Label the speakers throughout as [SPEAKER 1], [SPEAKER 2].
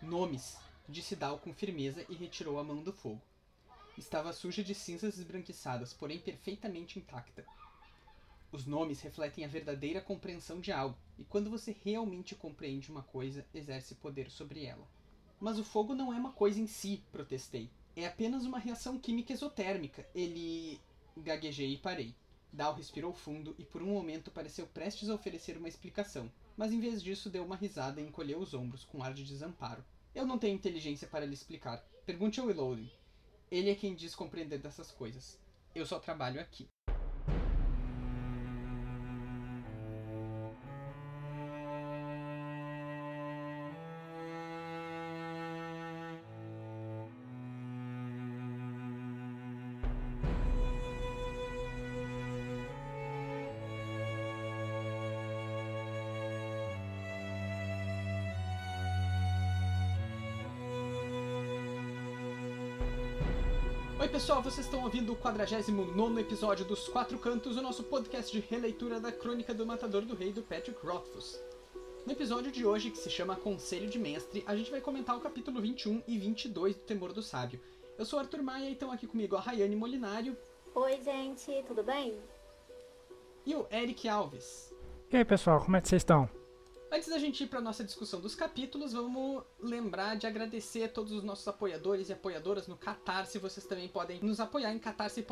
[SPEAKER 1] Nomes, disse Dal com firmeza e retirou a mão do fogo. Estava suja de cinzas esbranquiçadas, porém perfeitamente intacta. Os nomes refletem a verdadeira compreensão de algo, e quando você realmente compreende uma coisa, exerce poder sobre ela. Mas o fogo não é uma coisa em si, protestei. É apenas uma reação química exotérmica. Ele... Gaguejei e parei. Dal respirou fundo e por um momento pareceu prestes a oferecer uma explicação, mas em vez disso deu uma risada e encolheu os ombros com ar de desamparo. Eu não tenho inteligência para lhe explicar. Pergunte ao Willoughby. Ele é quem diz compreender dessas coisas. Eu só trabalho aqui. Oi pessoal, vocês estão ouvindo o 49º episódio dos Quatro Cantos, o nosso podcast de releitura da Crônica do Matador do Rei do Patrick Rothfuss. No episódio de hoje, que se chama Conselho de Mestre, a gente vai comentar o capítulo 21 e 22 do Temor do Sábio. Eu sou o Arthur Maia e estão aqui comigo a Rayane Molinário.
[SPEAKER 2] Oi gente, tudo bem?
[SPEAKER 1] E o Eric Alves.
[SPEAKER 3] E aí pessoal, como é que vocês estão?
[SPEAKER 1] Antes da gente ir para a nossa discussão dos capítulos, vamos lembrar de agradecer a todos os nossos apoiadores e apoiadoras no Catarse. Vocês também podem nos apoiar em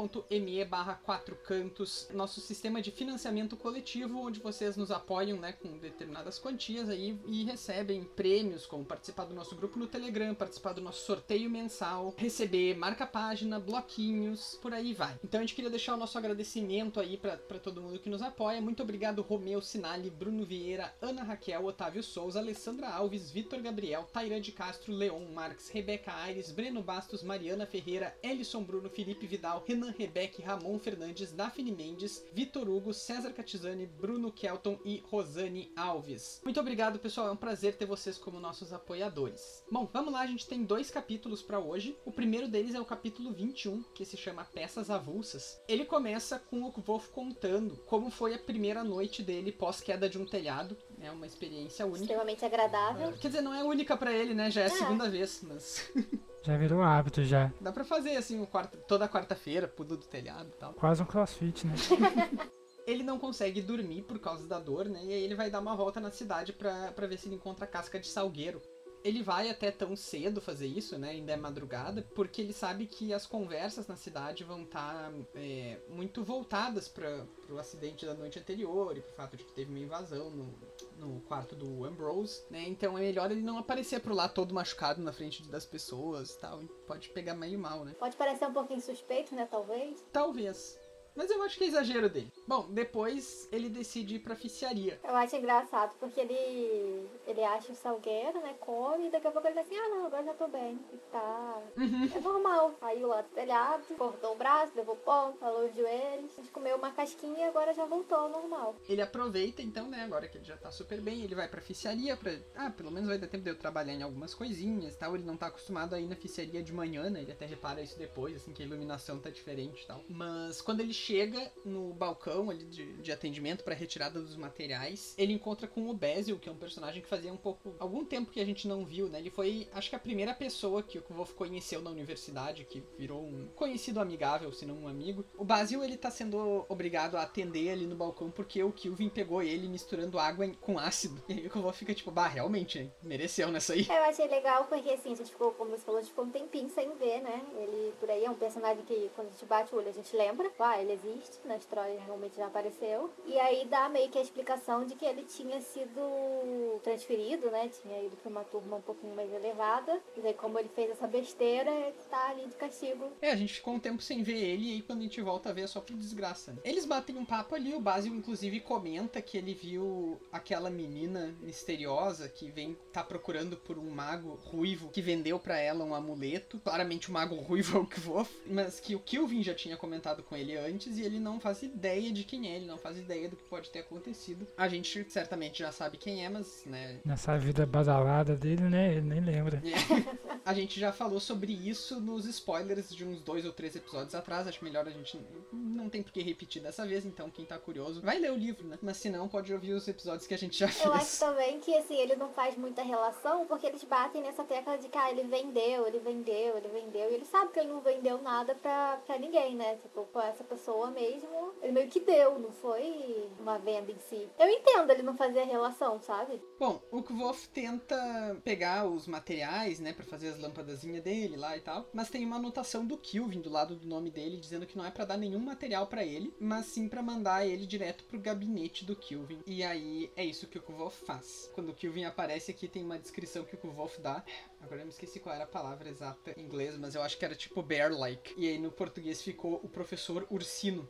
[SPEAKER 1] catarse.me/quatrocantos, nosso sistema de financiamento coletivo, onde vocês nos apoiam, né, com determinadas quantias aí e recebem prêmios, como participar do nosso grupo no Telegram, participar do nosso sorteio mensal, receber marca-página, bloquinhos, por aí vai. Então a gente queria deixar o nosso agradecimento aí para todo mundo que nos apoia. Muito obrigado, Romeu Sinali, Bruno Vieira, Ana Raquel, Otávio Souza, Alessandra Alves, Vitor Gabriel, Tairã de Castro, Leon Marques, Rebeca Aires, Breno Bastos, Mariana Ferreira, Elison Bruno, Felipe Vidal, Renan Rebeque, Ramon Fernandes, Daphne Mendes, Vitor Hugo, César Catizani, Bruno Kelton e Rosane Alves. Muito obrigado, pessoal, é um prazer ter vocês como nossos apoiadores. Bom, vamos lá, a gente tem 2 capítulos para hoje. O primeiro deles é o capítulo 21, que se chama Peças Avulsas. Ele começa com o Kvolf contando como foi a primeira noite dele pós-queda de um telhado. É uma experiência única.
[SPEAKER 2] Extremamente agradável.
[SPEAKER 1] Quer dizer, não é única pra ele, né? Já é a segunda vez, mas...
[SPEAKER 3] Já virou hábito, já.
[SPEAKER 1] Dá pra fazer, assim, toda quarta-feira, pulo do telhado e tal.
[SPEAKER 3] Quase um crossfit, né?
[SPEAKER 1] Ele não consegue dormir por causa da dor, né? E aí ele vai dar uma volta na cidade pra ver se ele encontra a casca de salgueiro. Ele vai até tão cedo fazer isso, né? Ainda é madrugada, porque ele sabe que as conversas na cidade vão estar muito voltadas pro acidente da noite anterior e pro fato de que teve uma invasão no quarto do Ambrose, né? Então é melhor ele não aparecer por lá todo machucado na frente das pessoas e tal. Pode pegar meio mal, né?
[SPEAKER 2] Pode parecer um pouquinho suspeito, né? Talvez.
[SPEAKER 1] Talvez. Mas eu acho que é exagero dele. Bom, depois ele decide ir pra oficiaria.
[SPEAKER 2] Eu acho engraçado, porque ele acha o salgueiro, né? Come, e daqui a pouco ele diz assim, não, agora já tô bem. E tá... É normal. Saiu lá do telhado, cortou o braço, levou pão, falou os joelhos. A gente comeu uma casquinha e agora já voltou ao normal.
[SPEAKER 1] Ele aproveita, então, né? Agora que ele já tá super bem, ele vai pra oficiaria pra... pelo menos vai dar tempo de eu trabalhar em algumas coisinhas e tal. Ele não tá acostumado a ir na oficiaria de manhã, né? Ele até repara isso depois, assim, que a iluminação tá diferente e tal. Mas quando ele chega no balcão ali de atendimento para retirada dos materiais, ele encontra com o Basil, que é um personagem que fazia algum tempo que a gente não viu, né? Ele foi, acho que a primeira pessoa que o Kvolf conheceu na universidade, que virou um conhecido amigável, se não um amigo. O Basil, ele tá sendo obrigado a atender ali no balcão porque o Kilvin pegou ele misturando água com ácido. E aí o Kvolf fica tipo, realmente, mereceu nessa aí.
[SPEAKER 2] Eu achei legal porque, assim, a gente ficou, como você falou, a gente ficou um tempinho sem ver, né? Ele, por aí, é um personagem que, quando a gente bate o olho, a gente lembra. Ele existe, na história realmente já apareceu. E aí dá meio que a explicação de que ele tinha sido transferido, né? Tinha ido pra uma turma um pouquinho mais elevada. E aí, como ele fez essa besteira, ele tá ali de castigo.
[SPEAKER 1] A gente ficou um tempo sem ver ele e aí quando a gente volta a ver é só por desgraça. Eles batem um papo ali, o Basil inclusive comenta que ele viu aquela menina misteriosa que tá procurando por um mago ruivo que vendeu pra ela um amuleto. Claramente o mago ruivo é o Kvolf, mas que o Kilvin já tinha comentado com ele antes e ele não faz ideia ideia de quem é, ele não faz ideia do que pode ter acontecido. A gente certamente já sabe quem é, mas, né...
[SPEAKER 3] Nessa vida badalada dele, né? Ele nem lembra.
[SPEAKER 1] A gente já falou sobre isso nos spoilers de uns 2 ou 3 episódios atrás. Acho melhor a gente não tem por que repetir dessa vez, então quem tá curioso vai ler o livro, né? Mas se não, pode ouvir os episódios que a gente já fez.
[SPEAKER 2] Eu acho também que, assim, ele não faz muita relação porque eles batem nessa tecla de que, ele vendeu, e ele sabe que ele não vendeu nada pra ninguém, né? Tipo, com essa pessoa mesmo, ele meio que deu, não foi uma venda em si. Eu entendo ele não fazer a relação, sabe?
[SPEAKER 1] Bom, o Kvolf tenta pegar os materiais, né, pra fazer as lâmpadazinhas dele lá e tal, mas tem uma anotação do Kylvin do lado do nome dele, dizendo que não é pra dar nenhum material pra ele, mas sim pra mandar ele direto pro gabinete do Kylvin. E aí é isso que o Kvolf faz. Quando o Kylvin aparece aqui, tem uma descrição que o Kvolf dá. Agora eu me esqueci qual era a palavra exata em inglês, mas eu acho que era tipo bear-like. E aí no português ficou o professor ursino.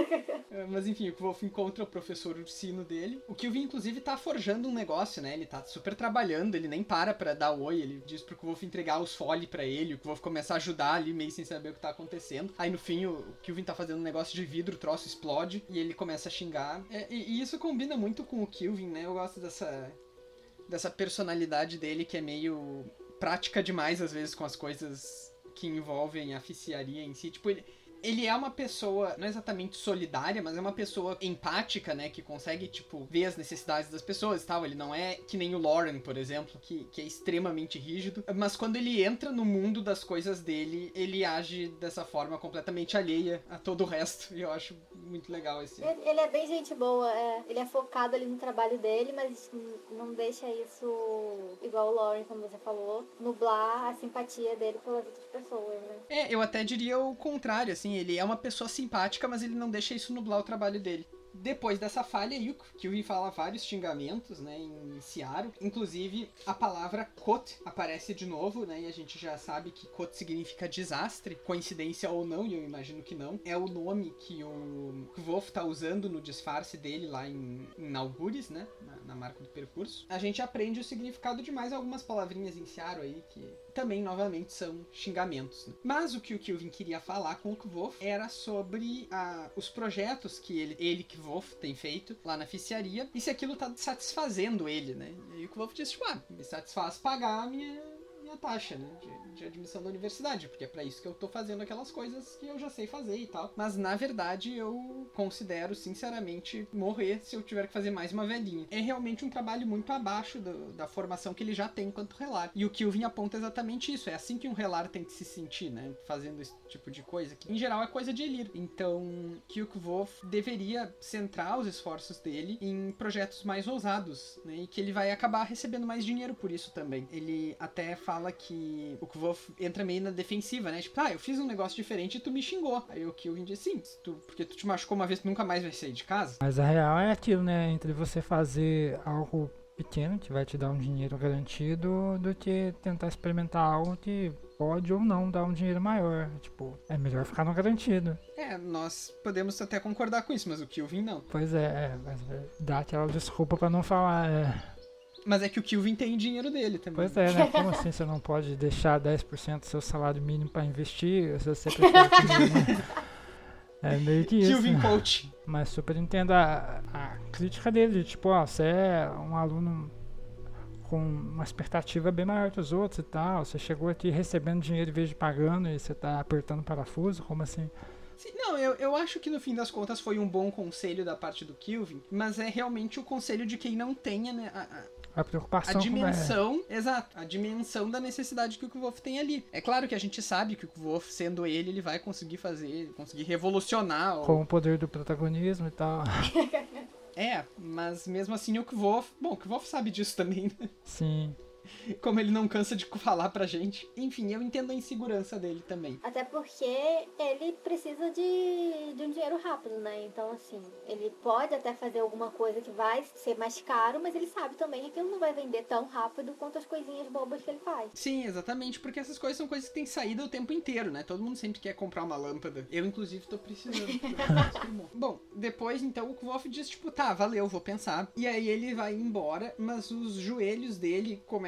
[SPEAKER 1] Mas enfim, o Kvolf encontra o professor ursino dele. O Kylvin, inclusive, tá forjando um negócio, né? Ele tá super trabalhando, ele nem para pra dar oi. Ele diz pro Kvolf entregar os fole pra ele. O Kvolf começa a ajudar ali, meio sem saber o que tá acontecendo. Aí no fim, o Kylvin tá fazendo um negócio de vidro, o troço explode. E ele começa a xingar. E isso combina muito com o Kylvin, né? Eu gosto dessa personalidade dele que é meio prática demais, às vezes, com as coisas que envolvem a ficiaria em si. Tipo, ele é uma pessoa, não exatamente solidária, mas é uma pessoa empática, né? Que consegue, tipo, ver as necessidades das pessoas e tal. Ele não é que nem o Lauren, por exemplo, que é extremamente rígido. Mas quando ele entra no mundo das coisas dele, ele age dessa forma completamente alheia a todo o resto. E eu acho muito legal esse...
[SPEAKER 2] Ele é bem gente boa, ele é focado ali no trabalho dele, mas não deixa isso, igual o Lauren, como você falou, nublar a simpatia dele pelas outras pessoas, né?
[SPEAKER 1] Eu até diria o contrário, assim, ele é uma pessoa simpática, mas ele não deixa isso nublar o trabalho dele. Depois dessa falha, o Kylvin fala vários xingamentos, né, em Ciaro. Inclusive, a palavra Kot aparece de novo, né, e a gente já sabe que Kot significa desastre. Coincidência ou não, e eu imagino que não. É o nome que o Kvolf tá usando no disfarce dele lá em Nalguris, né, na marca do percurso. A gente aprende o significado de mais algumas palavrinhas em Ciaro aí, que também, novamente, são xingamentos, né? Mas o que o Kylvin queria falar com o Kvolf era sobre os projetos que ele Kvolf tem feito lá na ficiaria, e se aquilo tá satisfazendo ele, né? E o Kvolf disse, tipo, me satisfaz pagar a minha taxa, né, de admissão da universidade, porque é pra isso que eu tô fazendo aquelas coisas que eu já sei fazer e tal. Mas, na verdade, eu considero, sinceramente, morrer se eu tiver que fazer mais uma velhinha. É realmente um trabalho muito abaixo da formação que ele já tem enquanto relar. E o Kylvin aponta exatamente isso. É assim que um relar tem que se sentir, né, fazendo esse tipo de coisa, que em geral é coisa de Elir. Então, que o Kvolf deveria centrar os esforços dele em projetos mais ousados, né, e que ele vai acabar recebendo mais dinheiro por isso também. Ele até fala que o Kvolf entra meio na defensiva, né? Tipo, eu fiz um negócio diferente e tu me xingou. Aí o Kylvin diz, sim, porque tu te machucou uma vez, tu nunca mais vai sair de casa.
[SPEAKER 3] Mas a real é aquilo, né? Entre você fazer algo pequeno, que vai te dar um dinheiro garantido, do que tentar experimentar algo que pode ou não dar um dinheiro maior. Tipo, é melhor ficar no garantido.
[SPEAKER 1] Nós podemos até concordar com isso, mas o Kylvin não.
[SPEAKER 3] Pois mas dá aquela desculpa pra não falar,
[SPEAKER 1] Mas é que o Kylvin tem dinheiro dele também.
[SPEAKER 3] Pois é, né? Como assim você não pode deixar 10% do seu salário mínimo pra investir se você prefere comigo, né? É meio que isso.
[SPEAKER 1] Kylvin Coach.
[SPEAKER 3] Mas super entendo a crítica dele. Tipo, você é um aluno com uma expectativa bem maior que os outros e tal. Você chegou aqui recebendo dinheiro em vez de pagando e você tá apertando parafuso. Como assim?
[SPEAKER 1] Sim, não, eu acho que no fim das contas foi um bom conselho da parte do Kylvin, mas é realmente o conselho de quem não tenha, né,
[SPEAKER 3] a preocupação
[SPEAKER 1] a dimensão, exato, a dimensão da necessidade que o Kvolf tem ali. É claro que a gente sabe que o Kvolf, sendo ele vai conseguir conseguir revolucionar.
[SPEAKER 3] Com o poder do protagonismo e tal.
[SPEAKER 1] Mas mesmo assim o Kvolf sabe disso também, né?
[SPEAKER 3] Sim.
[SPEAKER 1] Como ele não cansa de falar pra gente. Enfim, eu entendo a insegurança dele também.
[SPEAKER 2] Até porque ele precisa de um dinheiro rápido, né? Então, assim, ele pode até fazer alguma coisa que vai ser mais caro, mas ele sabe também que aquilo não vai vender tão rápido quanto as coisinhas bobas que ele faz.
[SPEAKER 1] Sim, exatamente, porque essas coisas são coisas que têm saída o tempo inteiro, né? Todo mundo sempre quer comprar uma lâmpada. Eu, inclusive, tô precisando. Bom, depois, então, o Kvolf diz, tipo, tá, valeu, vou pensar. E aí ele vai embora, mas os joelhos dele começam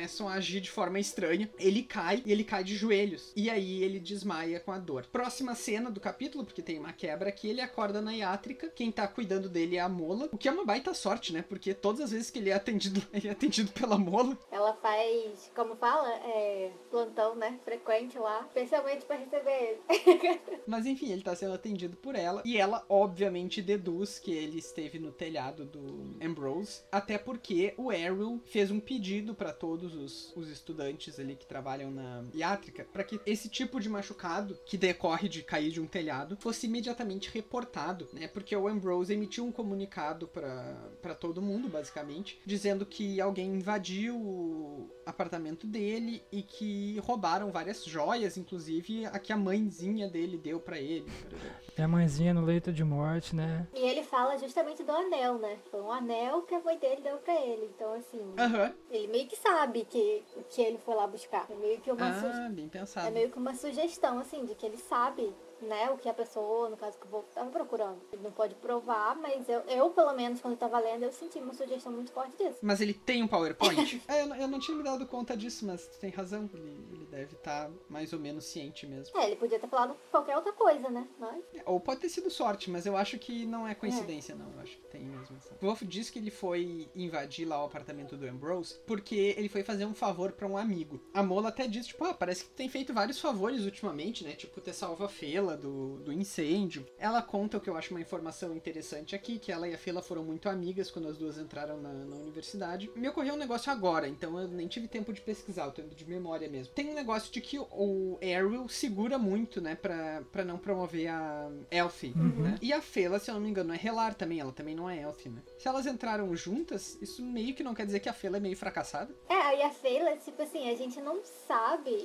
[SPEAKER 1] começam a agir de forma estranha. Ele cai e ele cai de joelhos. E aí ele desmaia com a dor. Próxima cena do capítulo, porque tem uma quebra aqui, ele acorda na iátrica. Quem tá cuidando dele é a Mola, o que é uma baita sorte, né? Porque todas as vezes que ele é atendido pela Mola.
[SPEAKER 2] Ela faz, como fala, plantão, né? Frequente lá, especialmente pra receber ele.
[SPEAKER 1] Mas enfim, ele tá sendo atendido por ela. E ela, obviamente, deduz que ele esteve no telhado do Ambrose. Até porque o Errol fez um pedido pra todos os estudantes ali que trabalham na iátrica, pra que esse tipo de machucado, que decorre de cair de um telhado, fosse imediatamente reportado, né? Porque o Ambrose emitiu um comunicado pra todo mundo, basicamente, dizendo que alguém invadiu o apartamento dele e que roubaram várias joias, inclusive a que a mãezinha dele deu pra ele.
[SPEAKER 3] E a mãezinha no leito de morte, né?
[SPEAKER 2] E ele fala justamente do anel, né? Foi um anel que a mãe dele deu pra ele. Então, assim, ele meio que sabe que ele foi lá buscar. É meio que
[SPEAKER 1] bem pensado.
[SPEAKER 2] É meio que uma sugestão, assim, de que ele sabe, né, o que a pessoa, no caso que o Wolf estava procurando. Ele não pode provar, mas eu pelo menos, quando eu tava lendo, eu senti uma sugestão muito forte disso.
[SPEAKER 1] Mas ele tem um PowerPoint? Eu não tinha me dado conta disso, mas tu tem razão. Ele deve estar mais ou menos ciente mesmo.
[SPEAKER 2] Ele podia ter falado qualquer outra coisa, né? Mas...
[SPEAKER 1] Ou pode ter sido sorte, mas eu acho que não é coincidência, não. Eu acho que tem mesmo essa. O Wolf disse que ele foi invadir lá o apartamento do Ambrose porque ele foi fazer um favor pra um amigo. A Mola até disse, tipo, parece que tem feito vários favores ultimamente, né? Tipo, ter salvo a Fela do incêndio. Ela conta o que eu acho uma informação interessante aqui, que ela e a Fela foram muito amigas quando as duas entraram na universidade. Me ocorreu um negócio agora, então eu nem tive tempo de pesquisar, eu tô indo de memória mesmo. Tem um negócio de que o Errol segura muito, né, pra não promover a Elfie, né? E a Fela, se eu não me engano, é Relar também, ela também não é Elfie, né? Se elas entraram juntas, isso meio que não quer dizer que a Fela é meio fracassada?
[SPEAKER 2] E a Fela, tipo assim, a gente não sabe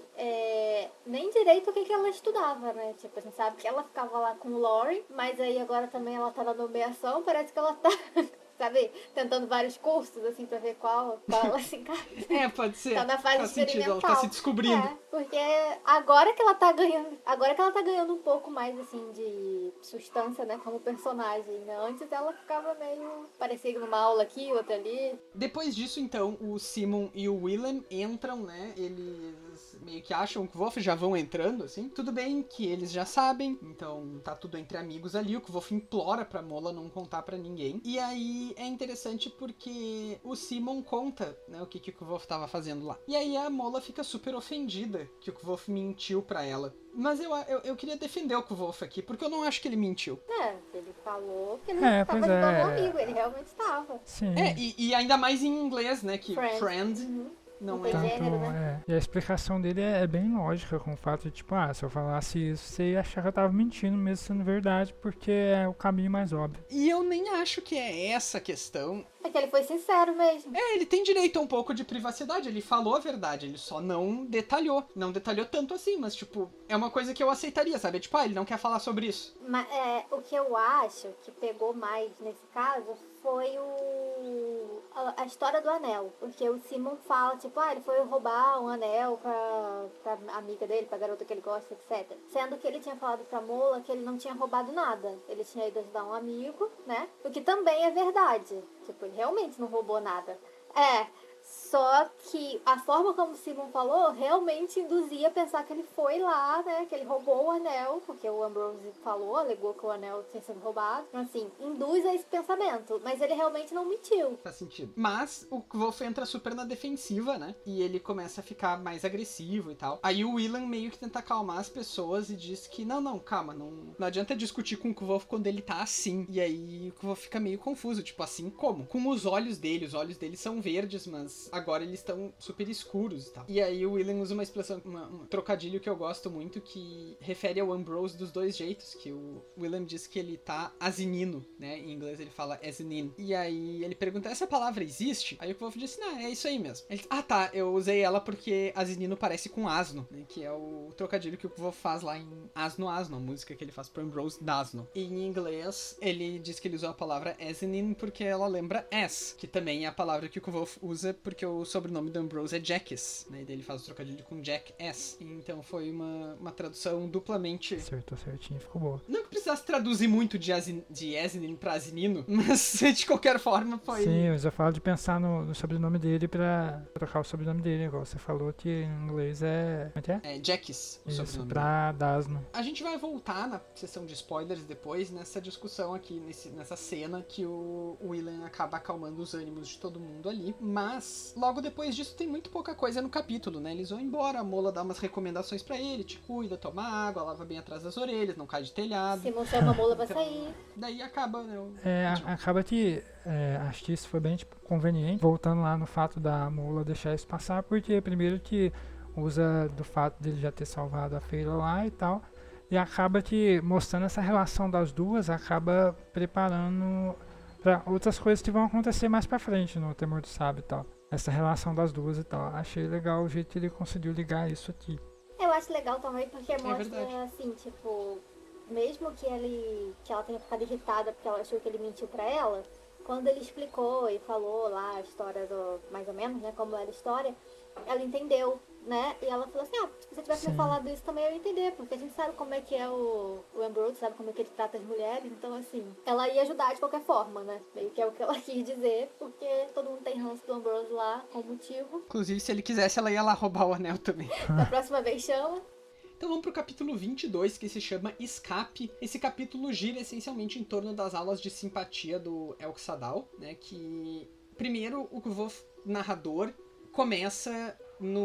[SPEAKER 2] nem direito o que ela estudava, né? Tipo, a gente sabe que ela ficava lá com o Laurie, mas aí agora também ela tá na nomeação, parece que ela tá... sabe, tentando vários cursos, assim, pra ver qual ela se encaixa.
[SPEAKER 1] Pode ser.
[SPEAKER 2] Tá na fase
[SPEAKER 1] Faz
[SPEAKER 2] experimental.
[SPEAKER 1] Sentido, ela tá se descobrindo.
[SPEAKER 2] Porque agora que ela tá ganhando um pouco mais, assim, de substância, né, como personagem, né? Antes ela ficava meio parecida numa aula aqui, outra ali.
[SPEAKER 1] Depois disso, então, o Simon e o Willem entram, né, eles meio que acham que o Wolf já vão entrando, assim. Tudo bem que eles já sabem, então tá tudo entre amigos ali, o que o Wolf implora pra Mola não contar pra ninguém. E aí é interessante porque o Simon conta, né, o que o Wolf tava fazendo lá. E aí a Mola fica super ofendida que o Wolf mentiu pra ela. Mas eu queria defender o Wolf aqui, porque eu não acho que ele mentiu.
[SPEAKER 2] Ele falou que não estava ajudando um amigo, ele realmente estava.
[SPEAKER 3] Sim.
[SPEAKER 1] E ainda mais em inglês, né, que friend não é
[SPEAKER 2] gênero, né?
[SPEAKER 3] E a explicação dele é bem lógica, com o fato de, tipo, se eu falasse isso, você ia achar que eu tava mentindo mesmo sendo verdade, porque é o caminho mais óbvio.
[SPEAKER 1] E eu nem acho que é essa a questão.
[SPEAKER 2] É que ele foi sincero mesmo.
[SPEAKER 1] Ele tem direito a um pouco de privacidade, ele falou a verdade, ele só não detalhou. Não detalhou tanto assim, mas, tipo, é uma coisa que eu aceitaria, sabe? Tipo, ele não quer falar sobre isso.
[SPEAKER 2] Mas o que eu acho que pegou mais nesse caso foi a história do anel. Porque o Simon fala, tipo, ele foi roubar um anel pra amiga dele, pra garota que ele gosta, etc. Sendo que ele tinha falado pra Mola que ele não tinha roubado nada. Ele tinha ido ajudar um amigo, né? O que também é verdade. Tipo, ele realmente não roubou nada. Só que a forma como o Simon falou realmente induzia a pensar que ele foi lá, né? Que ele roubou o anel, porque o Ambrose alegou que o anel tinha sido roubado. Assim, induz a esse pensamento. Mas ele realmente não mentiu.
[SPEAKER 1] Faz sentido. Mas o Wolf entra super na defensiva, né? E ele começa a ficar mais agressivo e tal. Aí o Willem meio que tenta acalmar as pessoas e diz que não, calma, não adianta discutir com o Wolf quando ele tá assim. E aí o Wolf fica meio confuso, tipo, assim como? Com os olhos dele são verdes, mas agora eles estão super escuros e tal. E aí o Willem usa uma expressão, um trocadilho que eu gosto muito, que refere ao Ambrose dos dois jeitos, que o Willem diz que ele tá asinino, né? Em inglês ele fala asinin. E aí ele pergunta, essa palavra existe? Aí o Wolf disse, não, é isso aí mesmo. Ele, tá, eu usei ela porque asinino parece com asno, né? Que é o trocadilho que o Wolf faz lá em Asno, a música que ele faz pro Ambrose d'Asno. E em inglês ele diz que ele usou a palavra asinin porque ela lembra as, que também é a palavra que o Wolf usa porque porque o sobrenome do Ambrose é Jackass, né? E daí ele faz o trocadilho com Jackass. Então foi uma tradução duplamente...
[SPEAKER 3] Acertou certinho, ficou boa.
[SPEAKER 1] Não que precisasse traduzir muito de Asnin pra Asinino, mas de qualquer forma foi...
[SPEAKER 3] Sim, eu já falo de pensar no sobrenome dele pra trocar o sobrenome dele, igual você falou que em inglês é... Como é que é?
[SPEAKER 1] É Jackass, o
[SPEAKER 3] Isso,
[SPEAKER 1] sobrenome
[SPEAKER 3] pra Dasno.
[SPEAKER 1] A gente vai voltar na sessão de spoilers depois, nessa discussão aqui, nessa cena que o Willan acaba acalmando os ânimos de todo mundo ali, mas logo depois disso tem muito pouca coisa no capítulo, né? Eles vão embora, a Mola dá umas recomendações pra ele, te cuida, toma água, lava bem atrás das orelhas, não cai de telhado.
[SPEAKER 2] Simon chama a Mola pra sair.
[SPEAKER 1] Daí acaba, né?
[SPEAKER 3] Acaba que, acho que isso foi bem conveniente, voltando lá no fato da Mola deixar isso passar, porque primeiro que usa do fato dele já ter salvado a Feira lá e tal, e acaba que mostrando essa relação das duas, acaba preparando para outras coisas que vão acontecer mais pra frente no Temor do Sábio e tal. Essa relação das duas e tal. Achei legal o jeito que ele conseguiu ligar isso aqui.
[SPEAKER 2] Eu acho legal também porque mostra,
[SPEAKER 1] verdade.
[SPEAKER 2] assim, tipo, mesmo que ela tenha ficado irritada porque ela achou que ele mentiu pra ela, quando ele explicou e falou lá a história mais ou menos, né, como era a história, ela entendeu, né? E ela falou assim, se você tivesse me falado isso também eu ia entender, porque a gente sabe como é que é o Ambrose, sabe como é que ele trata as mulheres, então assim, ela ia ajudar de qualquer forma, né? Meio que é o que ela quis dizer, porque todo mundo tem ranço do Ambrose lá, com motivo.
[SPEAKER 1] Inclusive, se ele quisesse, ela ia lá roubar o anel também.
[SPEAKER 2] Da próxima vez chama.
[SPEAKER 1] Então vamos pro capítulo 22, que se chama Escape. Esse capítulo gira essencialmente em torno das aulas de simpatia do Elk-Sadal, né? Que, primeiro, o Kvof narrador começa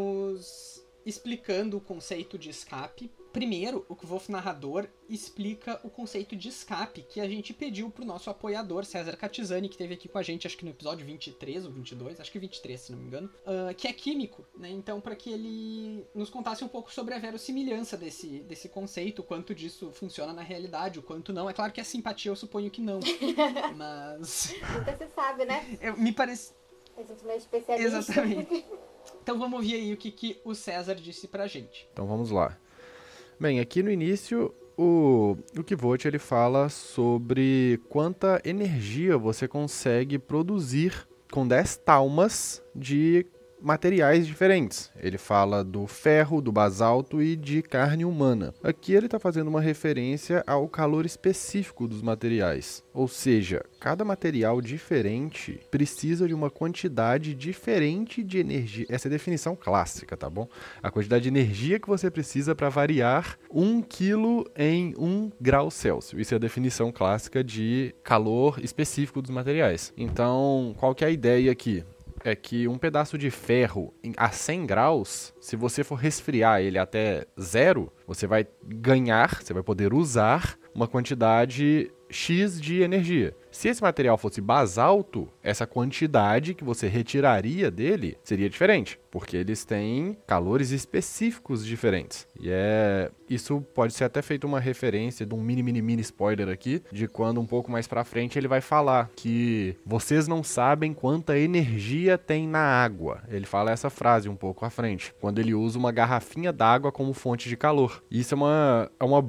[SPEAKER 1] nos explicando o conceito de escape. Primeiro, o Kvof narrador explica o conceito de escape que a gente pediu pro nosso apoiador, César Catizani, que esteve aqui com a gente, acho que no episódio 23 ou 22, acho que 23, se não me engano, que é químico, né? Então, para que ele nos contasse um pouco sobre a verossimilhança desse conceito, o quanto disso funciona na realidade, o quanto não. É claro que a simpatia eu suponho que não, mas...
[SPEAKER 2] Nunca se sabe, né?
[SPEAKER 1] Me parece...
[SPEAKER 2] A gente não é especialista.
[SPEAKER 1] Exatamente. Então vamos ouvir aí o que o César disse pra gente.
[SPEAKER 4] Então vamos lá. Bem, aqui no início, o Kvothe ele fala sobre quanta energia você consegue produzir com 10 talmas de materiais diferentes. Ele fala do ferro, do basalto e de carne humana. Aqui ele está fazendo uma referência ao calor específico dos materiais. Ou seja, cada material diferente precisa de uma quantidade diferente de energia. Essa é a definição clássica, tá bom? A quantidade de energia que você precisa para variar 1 quilo em 1 grau Celsius. Isso é a definição clássica de calor específico dos materiais. Então, qual que é a ideia aqui? É que um pedaço de ferro a 100 graus, se você for resfriar ele até 0, você vai ganhar, você vai poder usar uma quantidade X de energia. Se esse material fosse basalto, essa quantidade que você retiraria dele seria diferente, porque eles têm calores específicos diferentes. E isso pode ser até feito uma referência de um mini spoiler aqui, de quando um pouco mais pra frente ele vai falar que vocês não sabem quanta energia tem na água. Ele fala essa frase um pouco à frente, quando ele usa uma garrafinha d'água como fonte de calor. Isso é uma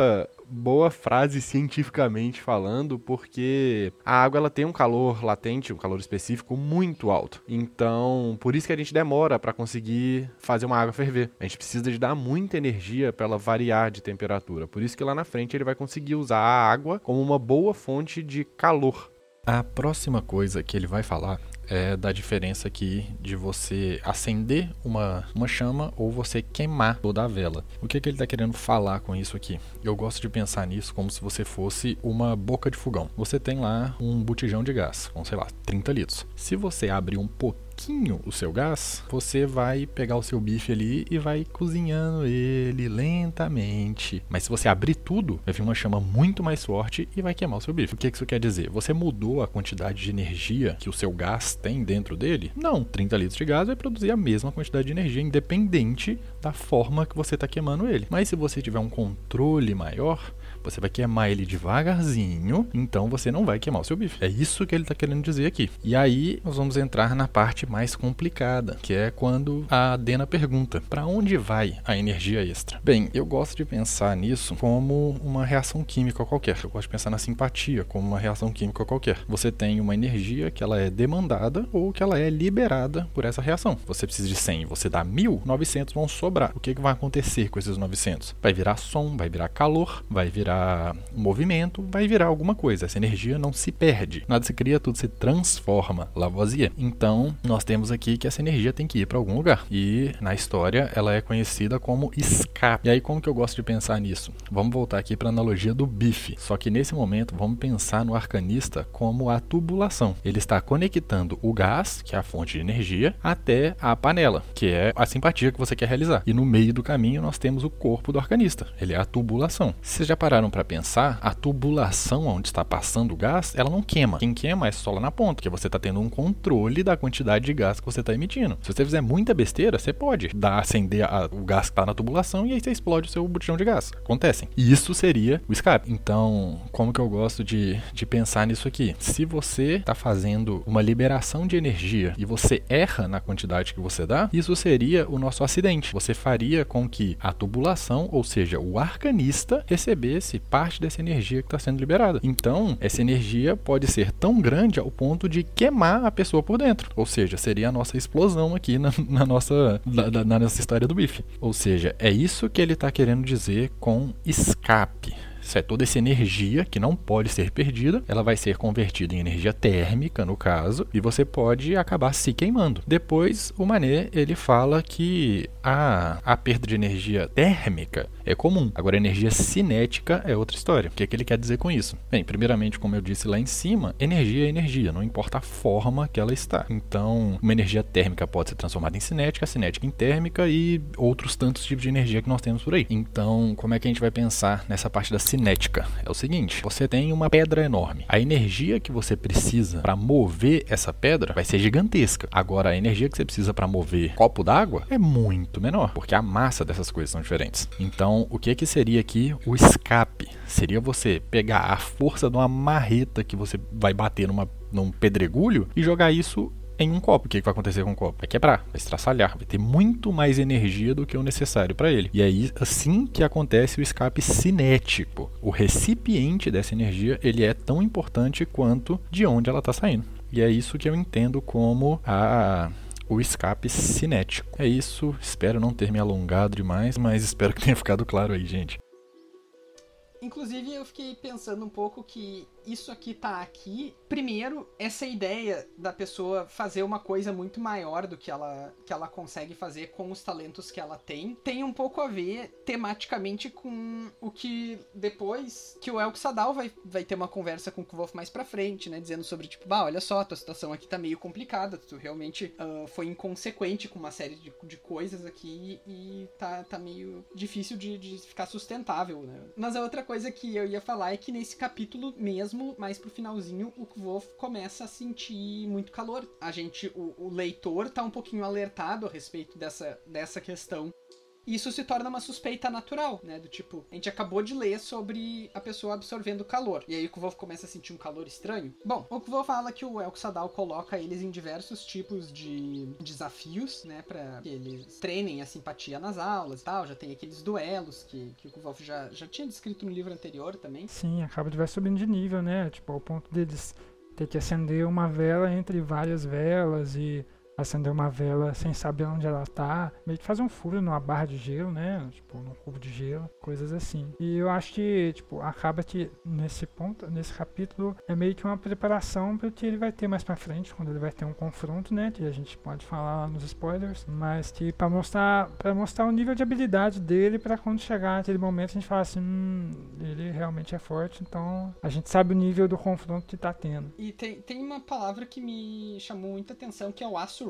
[SPEAKER 4] boa frase cientificamente falando, porque a água ela tem um calor latente, um calor específico muito alto. Então, por isso que a gente demora para conseguir fazer uma água ferver. A gente precisa de dar muita energia para ela variar de temperatura. Por isso que lá na frente ele vai conseguir usar a água como uma boa fonte de calor. A próxima coisa que ele vai falar é da diferença aqui de você acender uma chama ou você queimar toda a vela. O que ele está querendo falar com isso aqui? Eu gosto de pensar nisso como se você fosse uma boca de fogão. Você tem lá um botijão de gás, com, sei lá, 30 litros. Se você abrir um pouquinho o seu gás, você vai pegar o seu bife ali e vai cozinhando ele lentamente. Mas se você abrir tudo, vai vir uma chama muito mais forte e vai queimar o seu bife. O que isso quer dizer? Você mudou a quantidade de energia que o seu gás tem dentro dele? Não, 30 litros de gás vai produzir a mesma quantidade de energia, independente da forma que você está queimando ele. Mas se você tiver um controle maior, Você vai queimar ele devagarzinho, então você não vai queimar o seu bife. É isso que ele tá querendo dizer aqui. E aí nós vamos entrar na parte mais complicada, que é quando a Dena pergunta: para onde vai a energia extra? Bem, eu gosto de pensar nisso como uma reação química qualquer. Eu gosto de pensar na simpatia como uma reação química qualquer. Você tem uma energia que ela é demandada ou que ela é liberada por essa reação. Você precisa de 100, você dá 1000, 900 vão sobrar. O que vai acontecer com esses 900? Vai virar som, vai virar calor, vai virar movimento, vai virar alguma coisa. Essa energia não se perde. Nada se cria, tudo se transforma. Lavoisier. Então, nós temos aqui que essa energia tem que ir para algum lugar. E na história, ela é conhecida como escape. E aí, como que eu gosto de pensar nisso? Vamos voltar aqui para a analogia do bife. Só que nesse momento, vamos pensar no arcanista como a tubulação. Ele está conectando o gás, que é a fonte de energia, até a panela, que é a simpatia que você quer realizar. E no meio do caminho, nós temos o corpo do arcanista. Ele é a tubulação. Vocês já pararam para pensar? A tubulação onde está passando o gás, ela não queima. Quem queima é só lá na ponta, porque você está tendo um controle da quantidade de gás que você está emitindo. Se você fizer muita besteira, você pode acender o gás que está na tubulação e aí você explode o seu botijão de gás. Acontecem. E isso seria o escape. Então, como que eu gosto de pensar nisso aqui? Se você está fazendo uma liberação de energia e você erra na quantidade que você dá, isso seria o nosso acidente. Você faria com que a tubulação, ou seja, o arcanista, recebesse parte dessa energia que está sendo liberada. Então, essa energia pode ser tão grande ao ponto de queimar a pessoa por dentro. Ou seja, seria a nossa explosão aqui na nossa história do bife. Ou seja, é isso que ele está querendo dizer com escape. Isso é toda essa energia que não pode ser perdida, ela vai ser convertida em energia térmica, no caso, e você pode acabar se queimando. Depois, o Manet, ele fala que a perda de energia térmica é comum. Agora, energia cinética é outra história. O que é que ele quer dizer com isso? Bem, primeiramente, como eu disse lá em cima, energia é energia, não importa a forma que ela está. Então, uma energia térmica pode ser transformada em cinética, cinética em térmica e outros tantos tipos de energia que nós temos por aí. Então, como é que a gente vai pensar nessa parte da cinética? É o seguinte, você tem uma pedra enorme. A energia que você precisa para mover essa pedra vai ser gigantesca. Agora, a energia que você precisa para mover um copo d'água é muito menor, porque a massa dessas coisas são diferentes. Então, o que seria aqui o escape? Seria você pegar a força de uma marreta que você vai bater num pedregulho e jogar isso em um copo. O que vai acontecer com o copo? Vai quebrar, vai estraçalhar, vai ter muito mais energia do que o necessário para ele. E aí, assim que acontece o escape cinético. O recipiente dessa energia, ele é tão importante quanto de onde ela está saindo. E é isso que eu entendo como o escape cinético. É isso, espero não ter me alongado demais, mas espero que tenha ficado claro aí, gente.
[SPEAKER 1] Inclusive, eu fiquei pensando um pouco que isso aqui tá aqui. Primeiro, essa ideia da pessoa fazer uma coisa muito maior do que ela consegue fazer com os talentos que ela tem um pouco a ver tematicamente com o que depois que o Elk Sadal vai ter uma conversa com o Kvolf mais pra frente, né? Dizendo sobre, tipo, olha só, tua situação aqui tá meio complicada, tu realmente foi inconsequente com uma série de coisas aqui e tá meio difícil de ficar sustentável, né? Mas a outra coisa que eu ia falar é que nesse capítulo mesmo, mais pro finalzinho, o Kvolf começa a sentir muito calor. O leitor tá um pouquinho alertado a respeito dessa questão. Isso se torna uma suspeita natural, né? Do tipo, a gente acabou de ler sobre a pessoa absorvendo calor. E aí o Kvolf começa a sentir um calor estranho. Bom, o Kvolf fala que o Elk Sadal coloca eles em diversos tipos de desafios, né? Pra que eles treinem a simpatia nas aulas e tal. Já tem aqueles duelos que o Kvolf já tinha descrito no livro anterior também.
[SPEAKER 3] Sim, acaba de vai subindo de nível, né? Tipo, ao ponto deles ter que acender uma vela entre várias velas e acender uma vela sem saber onde ela tá, meio que fazer um furo numa barra de gelo, né, tipo, num cubo de gelo, coisas assim. E eu acho que, tipo, acaba que nesse capítulo, é meio que uma preparação para o que ele vai ter mais pra frente, quando ele vai ter um confronto, né, que a gente pode falar nos spoilers, mas que pra mostrar o nível de habilidade dele, pra quando chegar aquele momento a gente falar assim, ele realmente é forte, então a gente sabe o nível do confronto que tá tendo.
[SPEAKER 1] E tem uma palavra que me chamou muita atenção, que é o aço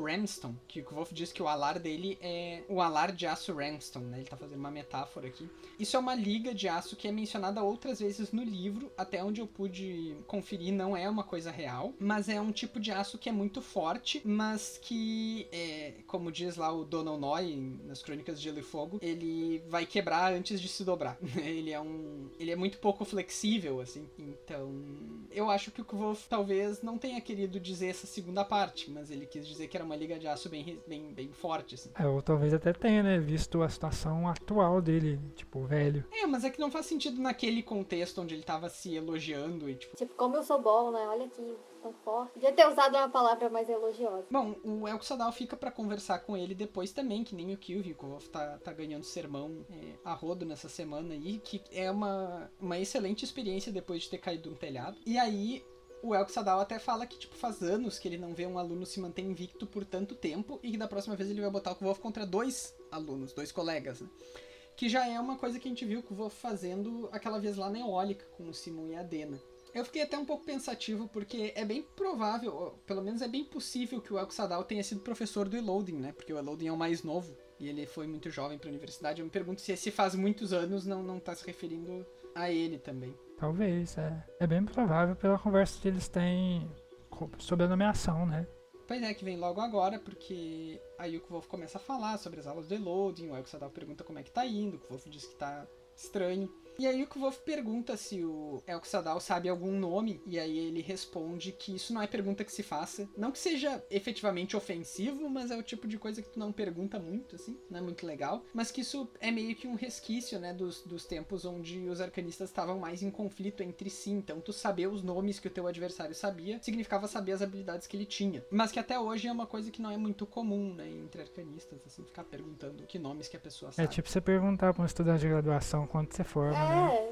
[SPEAKER 1] Ramston, que o Kvolf diz que o alar dele é o alar de aço Ramston, né? Ele tá fazendo uma metáfora aqui. Isso é uma liga de aço que é mencionada outras vezes no livro, até onde eu pude conferir, não é uma coisa real, mas é um tipo de aço que é muito forte, mas que, como diz lá o Donald Noy nas Crônicas de Gelo e Fogo, ele vai quebrar antes de se dobrar. Ele é muito pouco flexível, assim. Então, eu acho que o Kvolf talvez não tenha querido dizer essa segunda parte, mas ele quis dizer que era uma liga de aço bem forte, assim.
[SPEAKER 3] Ou talvez até tenha, né? Visto a situação atual dele, tipo, velho.
[SPEAKER 1] Mas é que não faz sentido naquele contexto onde ele tava se elogiando e tipo...
[SPEAKER 2] Tipo, como eu sou bom, né? Olha aqui, tão forte. Podia ter usado uma palavra mais elogiosa.
[SPEAKER 1] Bom, o Elco Sadal fica pra conversar com ele depois também, que nem o Kylvi. O Kvolf tá ganhando sermão a rodo nessa semana aí, que é uma excelente experiência depois de ter caído de um telhado. E aí... O Elco Sadal até fala que, tipo, faz anos que ele não vê um aluno se manter invicto por tanto tempo e que da próxima vez ele vai botar o Kvolf contra 2 alunos, 2 colegas, né? Que já é uma coisa que a gente viu o Kvolf fazendo aquela vez lá na Eólica com o Simon e a Dena. Eu fiquei até um pouco pensativo porque é bem provável, ou pelo menos é bem possível que o Elco Sadal tenha sido professor do Eloding, né? Porque o Eloding é o mais novo e ele foi muito jovem pra universidade. Eu me pergunto se esse faz muitos anos não tá se referindo a ele também.
[SPEAKER 3] Talvez, é bem provável pela conversa que eles têm sobre a nomeação, né?
[SPEAKER 1] Pois é, que vem logo agora, porque aí o Kvolf começa a falar sobre as aulas do Eloding, o Elco Sadal pergunta como é que tá indo, o Kvolf diz que tá estranho. E aí o Kvolf pergunta se o Elco Sadal sabe algum nome, e aí ele responde que isso não é pergunta que se faça. Não que seja efetivamente ofensivo, mas é o tipo de coisa que tu não pergunta muito, assim, não é muito legal. Mas que isso é meio que um resquício, né, dos tempos onde os arcanistas estavam mais em conflito entre si. Então tu saber os nomes que o teu adversário sabia, significava saber as habilidades que ele tinha. Mas que até hoje é uma coisa que não é muito comum, né, entre arcanistas, assim, ficar perguntando que nomes que a pessoa sabe.
[SPEAKER 3] É tipo você perguntar pra um estudante de graduação quando você forma, né?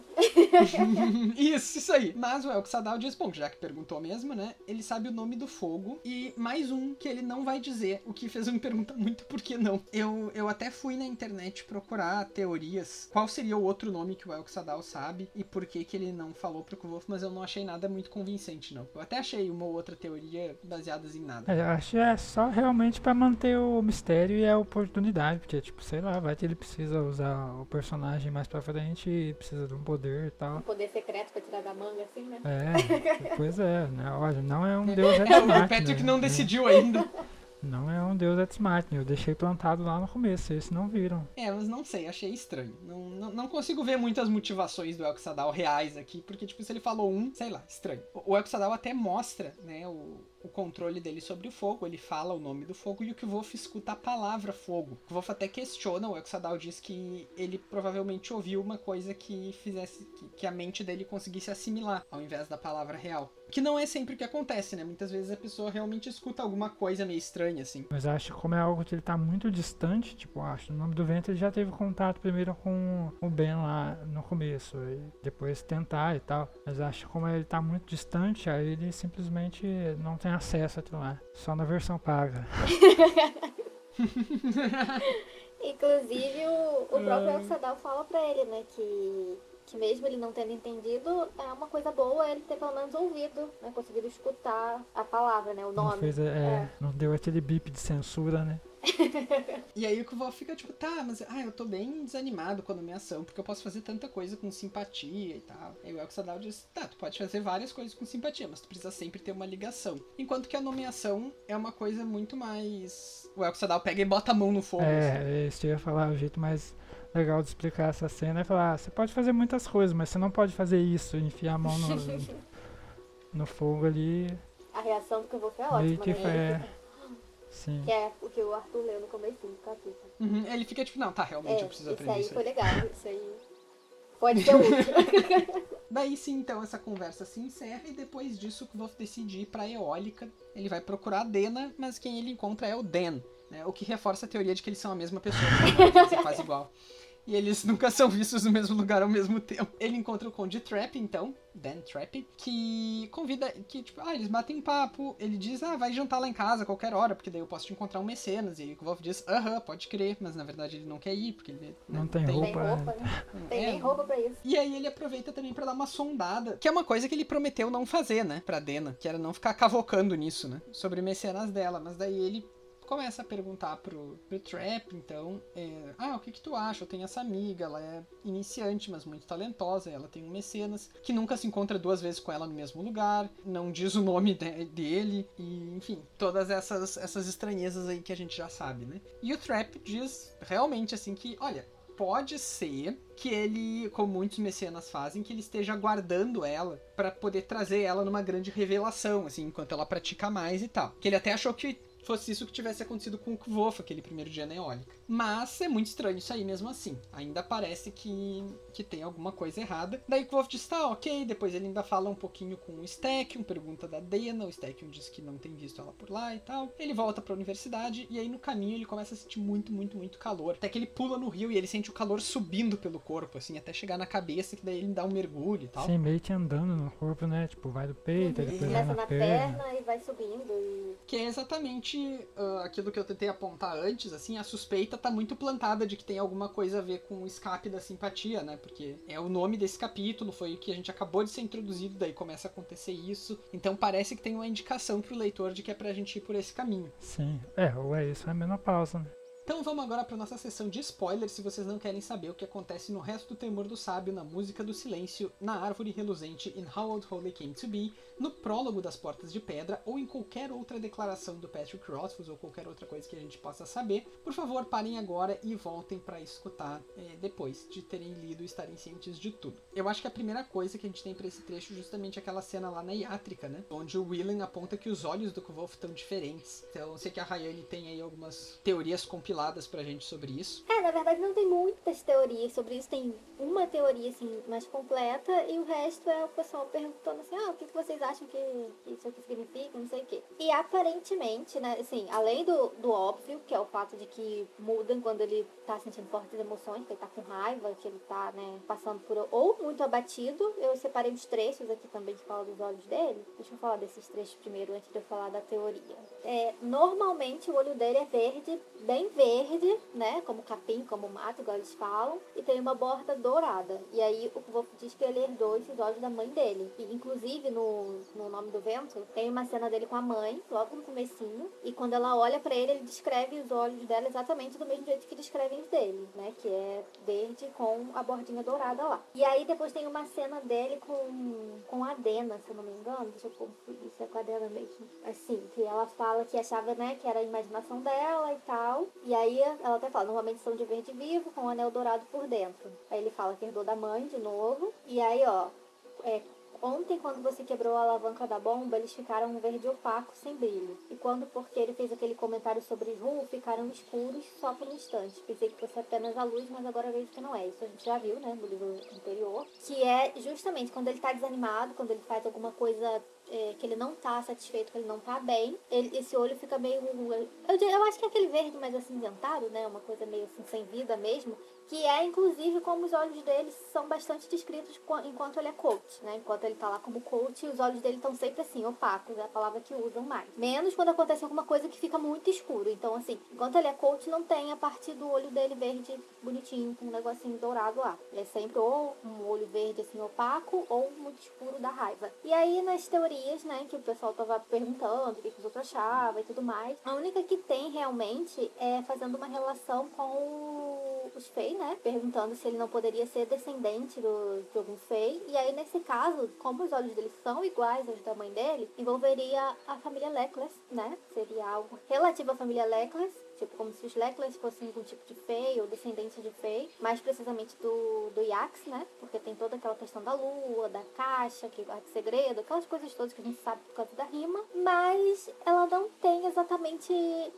[SPEAKER 1] Isso aí. Mas o Elco Sadal diz, bom, já que perguntou mesmo, né? Ele sabe o nome do fogo. E mais um que ele não vai dizer, o que fez eu me perguntar muito por que não. Eu até fui na internet procurar teorias. Qual seria o outro nome que o Elco Sadal sabe e por que ele não falou pro Kvolf, mas eu não achei nada muito convincente, não. Eu até achei uma ou outra teoria baseadas em nada.
[SPEAKER 3] Eu acho que é só realmente pra manter o mistério e a oportunidade, porque, tipo, sei lá, vai que ele precisa usar o personagem mais pra frente e precisa de um poder e tal.
[SPEAKER 2] Um poder secreto pra tirar da manga, assim, né?
[SPEAKER 3] Pois é, né? Olha, não é um deus ex machina.
[SPEAKER 1] O Patrick não decidiu ainda.
[SPEAKER 3] Não é um deus ex machina, eu deixei plantado lá no começo, eles não viram.
[SPEAKER 1] Mas não sei, achei estranho. Não consigo ver muitas motivações do Elco Sadal reais aqui, porque, tipo, se ele falou sei lá, estranho. O Elco Sadal até mostra, né, o controle dele sobre o fogo, ele fala o nome do fogo e o Kvolf escuta a palavra fogo. O Kvolf até questiona, o Elco Sadal diz que ele provavelmente ouviu uma coisa que fizesse que a mente dele conseguisse assimilar, ao invés da palavra real. Que não é sempre o que acontece, né? Muitas vezes a pessoa realmente escuta alguma coisa meio estranha, assim.
[SPEAKER 3] Mas acho que como é algo que ele tá muito distante, tipo, acho, no Nome do Vento ele já teve contato primeiro com o Ben lá no começo, e depois tentar e tal. Mas acho que como ele tá muito distante, aí ele simplesmente não tem acesso a aquilo lá. Só na versão paga.
[SPEAKER 2] Inclusive, o próprio Elco Sadal fala pra ele, né, que mesmo ele não tendo entendido, é uma coisa boa ele ter pelo menos ouvido, né, conseguido escutar a palavra, né, o nome.
[SPEAKER 3] Não fez, não deu aquele bip de censura, né?
[SPEAKER 1] E aí o Kvolf fica tipo, tá, mas eu tô bem desanimado com a nomeação, porque eu posso fazer tanta coisa com simpatia e tal. Aí o Elco Sadal diz, tá, tu pode fazer várias coisas com simpatia, mas tu precisa sempre ter uma ligação. Enquanto que a nomeação é uma coisa muito mais... O Elco Sadal pega e bota a mão no fogo.
[SPEAKER 3] Isso eu ia falar, o jeito mais legal de explicar essa cena é falar, você pode fazer muitas coisas, mas você não pode fazer isso, enfiar a mão no fogo ali.
[SPEAKER 2] A reação do Kvolf é ótima,
[SPEAKER 3] que
[SPEAKER 2] né?
[SPEAKER 3] Sim.
[SPEAKER 2] Que é o que o Arthur leu no comecinho do capítulo.
[SPEAKER 1] Ele fica tipo, não, tá, realmente eu preciso aprender isso
[SPEAKER 2] aí. Foi legal, isso aí pode ser útil.
[SPEAKER 1] Daí sim, então, essa conversa se encerra e depois disso o Kvolf decide ir pra Eólica. Ele vai procurar a Dena, mas quem ele encontra é o Dan, né? O que reforça a teoria de que eles são a mesma pessoa, né? É quase igual. E eles nunca são vistos no mesmo lugar ao mesmo tempo. Ele encontra o Conde Trap, então, Dan Trap, que convida, que tipo, eles batem um papo, ele diz, vai jantar lá em casa a qualquer hora, porque daí eu posso te encontrar um mecenas, e aí o Kvolf diz, pode crer, mas na verdade ele não quer ir, porque ele
[SPEAKER 3] não tem roupa,
[SPEAKER 2] né? Tem nem roupa pra isso.
[SPEAKER 1] E aí ele aproveita também pra dar uma sondada, que é uma coisa que ele prometeu não fazer, né, pra Dena, que era não ficar cavocando nisso, né, sobre mecenas dela, mas daí ele começa a perguntar pro Trap, então, o que tu acha? Eu tenho essa amiga, ela é iniciante, mas muito talentosa, ela tem um mecenas, que nunca se encontra 2 vezes com ela no mesmo lugar, não diz o nome dele, e enfim, todas essas estranhezas aí que a gente já sabe, né? E o Trap diz realmente assim que, olha, pode ser que ele, como muitos mecenas fazem, que ele esteja guardando ela pra poder trazer ela numa grande revelação, assim, enquanto ela pratica mais e tal. Que ele até achou que fosse isso que tivesse acontecido com o Kvof, aquele primeiro dia na eólica. Mas é muito estranho isso aí mesmo assim. Ainda parece que tem alguma coisa errada. Daí o Kvof diz, tá, ok. Depois ele ainda fala um pouquinho com o Stekion, pergunta da Dena. O Stekion diz que não tem visto ela por lá e tal. Ele volta pra universidade e aí no caminho ele começa a sentir muito, muito, muito calor. Até que ele pula no rio e ele sente o calor subindo pelo corpo, assim, até chegar na cabeça, que daí ele dá um mergulho e tal.
[SPEAKER 3] Sim, meio que andando no corpo, né? Tipo, vai do peito, depois vai
[SPEAKER 2] Começa
[SPEAKER 3] na
[SPEAKER 2] na
[SPEAKER 3] perna.
[SPEAKER 2] perna e vai subindo.
[SPEAKER 1] Que é exatamente aquilo que eu tentei apontar antes, assim, a suspeita tá muito plantada de que tem alguma coisa a ver com o escape da simpatia, né? Porque é o nome desse capítulo, foi o que a gente acabou de ser introduzido, daí começa a acontecer isso. Então parece que tem uma indicação pro leitor de que é pra gente ir por esse caminho.
[SPEAKER 3] Sim, ou é isso, é a menopausa, né?
[SPEAKER 1] Então vamos agora para nossa sessão de spoilers, se vocês não querem saber o que acontece no resto do Temor do Sábio, na Música do Silêncio, na Árvore Reluzente, in How Old Holy Came to Be, no prólogo das Portas de Pedra, ou em qualquer outra declaração do Patrick Rothfuss, ou qualquer outra coisa que a gente possa saber, por favor, parem agora e voltem para escutar depois de terem lido e estarem cientes de tudo. Eu acho que a primeira coisa que a gente tem para esse trecho é justamente aquela cena lá na Iátrica, né? Onde o Willen aponta que os olhos do Kvolf estão diferentes. Então eu sei que a Rayane tem aí algumas teorias compiladas pra gente sobre isso.
[SPEAKER 2] Na verdade não tem muitas teorias sobre isso, tem uma teoria assim mais completa e o resto é o pessoal perguntando assim, o que vocês acham que isso aqui significa, não sei o quê. E aparentemente, né, assim, além do óbvio, que é o fato de que mudam quando ele tá sentindo fortes emoções, que ele tá com raiva, que ele tá, né, passando por ou muito abatido, eu separei os trechos aqui também que falam dos olhos dele. Deixa eu falar desses trechos primeiro antes de eu falar da teoria. Normalmente o olho dele é verde, bem verde, né, como capim, como mato, igual eles falam, e tem uma borda dourada. E aí o Kvolf diz que ele herdou esses olhos da mãe dele. E, inclusive, no Nome do Vento, tem uma cena dele com a mãe, logo no comecinho, e quando ela olha pra ele, ele descreve os olhos dela exatamente do mesmo jeito que descrevem os dele, né, que é verde com a bordinha dourada lá. E aí depois tem uma cena dele com a Dena, se eu não me engano, deixa eu conferir, isso é com a Dena mesmo. Assim, que ela fala que achava, né, que era a imaginação dela e tal, e aí ela até fala, normalmente são de verde vivo, com um anel dourado por dentro. Aí ele fala que herdou da mãe de novo. E aí, ontem, quando você quebrou a alavanca da bomba, eles ficaram um verde opaco, sem brilho. E porque ele fez aquele comentário sobre Ru, ficaram escuros só por um instante. Pensei que fosse apenas a luz, mas agora vejo que não é. Isso a gente já viu, né, no livro anterior. Que é justamente quando ele tá desanimado, quando ele faz alguma coisa que ele não tá satisfeito, que ele não tá bem, esse olho fica meio... Eu acho que é aquele verde mais acinzentado, né? Uma coisa meio assim, sem vida mesmo. Que é, inclusive, como os olhos dele são bastante descritos enquanto ele é coach, né? Enquanto ele tá lá como coach, os olhos dele estão sempre assim, opacos, é a palavra que usam mais. Menos quando acontece alguma coisa que fica muito escuro. Então, assim, enquanto ele é coach, não tem a parte do olho dele verde bonitinho, com um negocinho dourado lá. Ele é sempre ou um olho verde, assim, opaco, ou muito escuro da raiva. E aí, nas teorias, né, que o pessoal tava perguntando, o que os outros achavam e tudo mais, a única que tem realmente é fazendo uma relação com os Fey, né? Perguntando se ele não poderia ser descendente de algum Fey. E aí, nesse caso, como os olhos dele são iguais aos da mãe dele, envolveria a família Leclerc, né? Seria algo relativo à família Leclerc, tipo, como se os Leclerc fossem algum tipo de Fey ou descendente de Fey, mais precisamente do Yax, né? Porque tem toda aquela questão da lua, da caixa, que guarda segredo, aquelas coisas todas que a gente sabe por causa da rima, mas ela não tem exatamente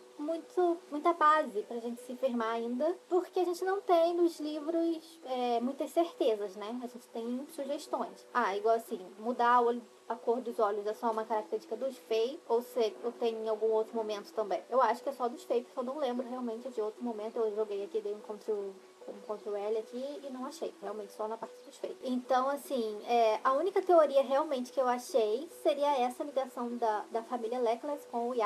[SPEAKER 2] muita base pra gente se firmar ainda, porque a gente não tem nos livros muitas certezas, né? A gente tem sugestões. Igual assim, mudar a cor dos olhos é só uma característica dos Fey, ou tem em algum outro momento também? Eu acho que é só dos Fey, porque eu não lembro realmente de outro momento. Eu joguei aqui, dei um Ctrl L aqui e não achei, realmente só na parte dos Fey. Então, assim, a única teoria realmente que eu achei seria essa ligação da família Leclerc com o Yax,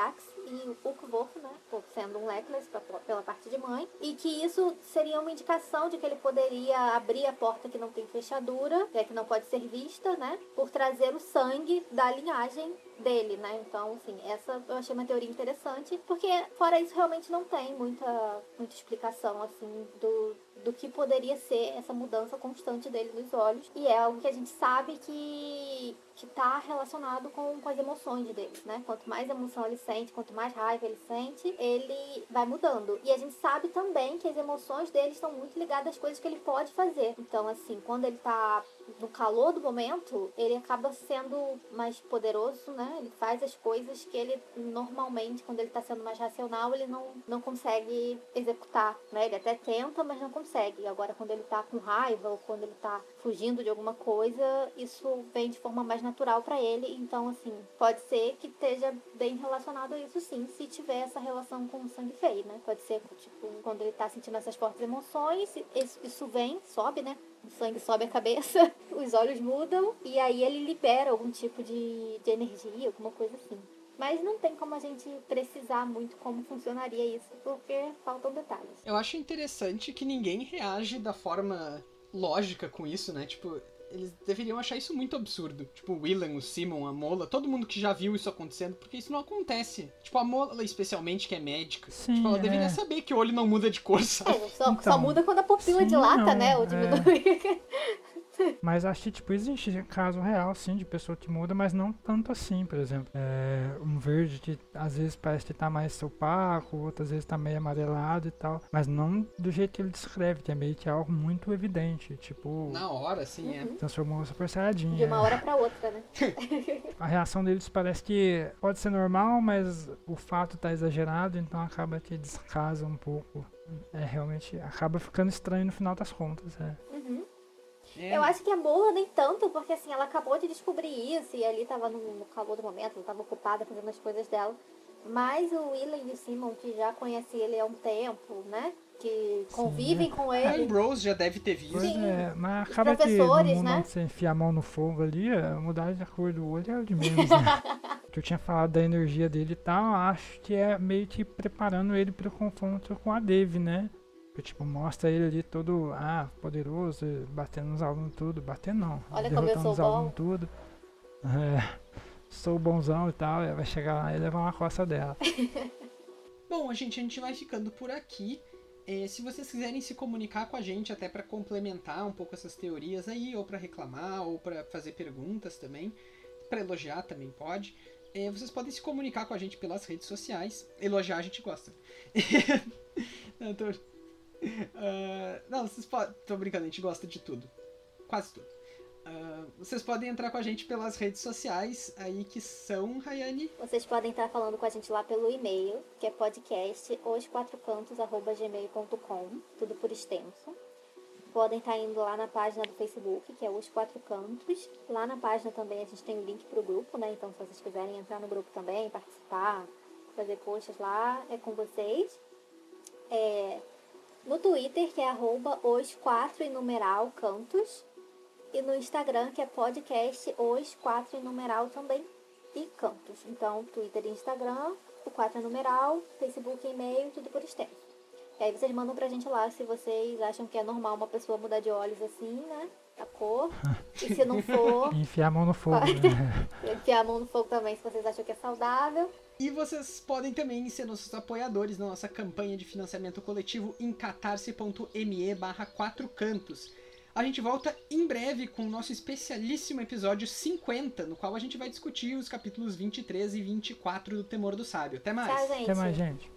[SPEAKER 2] e o Ukvok, né, sendo um Lechless pela parte de mãe, e que isso seria uma indicação de que ele poderia abrir a porta que não tem fechadura, que não pode ser vista, né, por trazer o sangue da linhagem dele, né? Então, assim, essa eu achei uma teoria interessante, porque fora isso realmente não tem muita explicação, assim, do que poderia ser essa mudança constante dele nos olhos, e é algo que a gente sabe que tá relacionado com as emoções dele, né? Quanto mais emoção ele sente, quanto mais raiva ele sente, ele vai mudando. E a gente sabe também que as emoções dele estão muito ligadas às coisas que ele pode fazer. Então, assim, quando ele tá no calor do momento, ele acaba sendo mais poderoso, né? Ele faz as coisas que ele normalmente, quando ele tá sendo mais racional, ele não consegue executar, né? Ele até tenta, mas não consegue. Agora, quando ele tá com raiva ou quando ele tá fugindo de alguma coisa, isso vem de forma mais natural pra ele. Então, assim, pode ser que esteja bem relacionado a isso, sim, se tiver essa relação com o sangue feio, né? Pode ser, tipo, quando ele tá sentindo essas fortes emoções, isso vem, sobe, né? O sangue sobe a cabeça, os olhos mudam e aí ele libera algum tipo de energia, alguma coisa assim. Mas não tem como a gente precisar muito como funcionaria isso, porque faltam detalhes.
[SPEAKER 1] Eu acho interessante que ninguém reage da forma lógica com isso, né? Tipo, eles deveriam achar isso muito absurdo. Tipo, o Willan, o Simon, a Mola, todo mundo que já viu isso acontecendo, porque isso não acontece. Tipo, a Mola, especialmente, que é médica.
[SPEAKER 3] Sim,
[SPEAKER 1] tipo, ela deveria saber que o olho não muda de cor, sabe?
[SPEAKER 2] Só muda quando a pupila dilata, né? Ou diminui.
[SPEAKER 3] Mas acho que, tipo, existe caso real, sim, de pessoa que muda, mas não tanto assim, por exemplo. Um verde que às vezes parece que tá mais opaco, outras vezes tá meio amarelado e tal. Mas não do jeito que ele descreve, que é meio que algo muito evidente, tipo...
[SPEAKER 1] Na hora, assim,
[SPEAKER 3] Transformou Super Saiyajin.
[SPEAKER 2] De uma hora pra outra, né?
[SPEAKER 3] A reação deles parece que pode ser normal, mas o fato tá exagerado, então acaba que descasa um pouco. Realmente acaba ficando estranho no final das contas,
[SPEAKER 2] Eu acho que a Mola nem tanto, porque assim, ela acabou de descobrir isso e ali tava no calor do momento, ela tava ocupada fazendo as coisas dela. Mas o Willan e o Simon, que já conhecem ele há um tempo, né? Que convivem com
[SPEAKER 1] A
[SPEAKER 2] ele.
[SPEAKER 1] Ambrose já deve ter visto.
[SPEAKER 3] Pois mas acaba que no mundo
[SPEAKER 2] né?
[SPEAKER 3] onde você enfia a mão no fogo ali, mudar de cor do olho é o de menos, né? Que eu tinha falado da energia dele e tal, acho que é meio que preparando ele pro confronto com a Dave, né? Que, tipo, mostra ele ali todo, poderoso, batendo nos alunos tudo. Batendo não,
[SPEAKER 2] olha como eu sou
[SPEAKER 3] os alunos tudo. Sou bonzão e tal, vai chegar lá e levar uma costa dela.
[SPEAKER 1] Bom, gente, a gente vai ficando por aqui. Se vocês quiserem se comunicar com a gente até para complementar um pouco essas teorias aí, ou para reclamar, ou para fazer perguntas também, para elogiar também pode, vocês podem se comunicar com a gente pelas redes sociais. Elogiar a gente gosta. Não, vocês podem... Tô brincando, a gente gosta de tudo. Quase tudo. Vocês podem entrar com a gente pelas redes sociais aí que são, Rayane.
[SPEAKER 2] Vocês podem estar falando com a gente lá pelo e-mail, que é podcast osquatrocantos@gmail.com, tudo por extenso. Podem estar indo lá na página do Facebook, que é Os Quatro Cantos. Lá na página também a gente tem o link pro grupo, né? Então se vocês quiserem entrar no grupo também, participar, fazer posts lá, é com vocês. No Twitter, que é @os4cantos. E no Instagram, que é podcast os4 também e cantos. Então, Twitter e Instagram, o 4 Facebook e e-mail, tudo por extenso. E aí vocês mandam pra gente lá se vocês acham que é normal uma pessoa mudar de olhos assim, né? A cor. E se não for...
[SPEAKER 3] enfiar a mão no fogo, né?
[SPEAKER 2] Enfiar a mão no fogo também, se vocês acham que é saudável.
[SPEAKER 1] E vocês podem também ser nossos apoiadores na nossa campanha de financiamento coletivo em catarse.me/4cantos. A gente volta em breve com o nosso especialíssimo episódio 50, no qual a gente vai discutir os capítulos 23 e 24 do Temor do Sábio. Até mais!
[SPEAKER 2] Tchau, gente.
[SPEAKER 3] Até mais, gente.